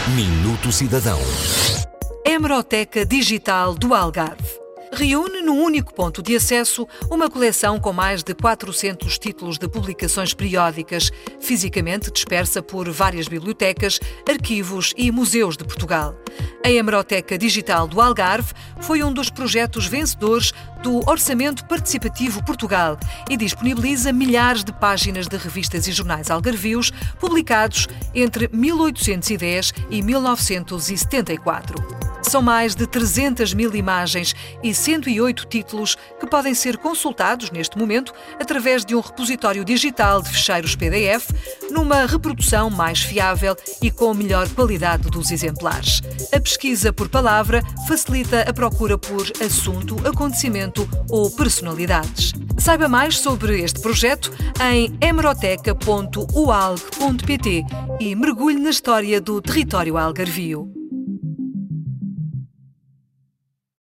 Minuto Cidadão. Hemeroteca Digital do Algarve. Reúne num único ponto de acesso uma coleção com mais de 400 títulos de publicações periódicas, fisicamente dispersa por várias bibliotecas, arquivos e museus de Portugal. A Hemeroteca Digital do Algarve foi um dos projetos vencedores do Orçamento Participativo Portugal e disponibiliza milhares de páginas de revistas e jornais algarvios publicados entre 1810 e 1974. São mais de 300 mil imagens e 108 títulos que podem ser consultados neste momento através de um repositório digital de ficheiros PDF, numa reprodução mais fiável e com melhor qualidade dos exemplares. A pesquisa por palavra facilita a procura por assunto, acontecimento ou personalidades. Saiba mais sobre este projeto em hemeroteca.ualg.pt e mergulhe na história do território algarvio.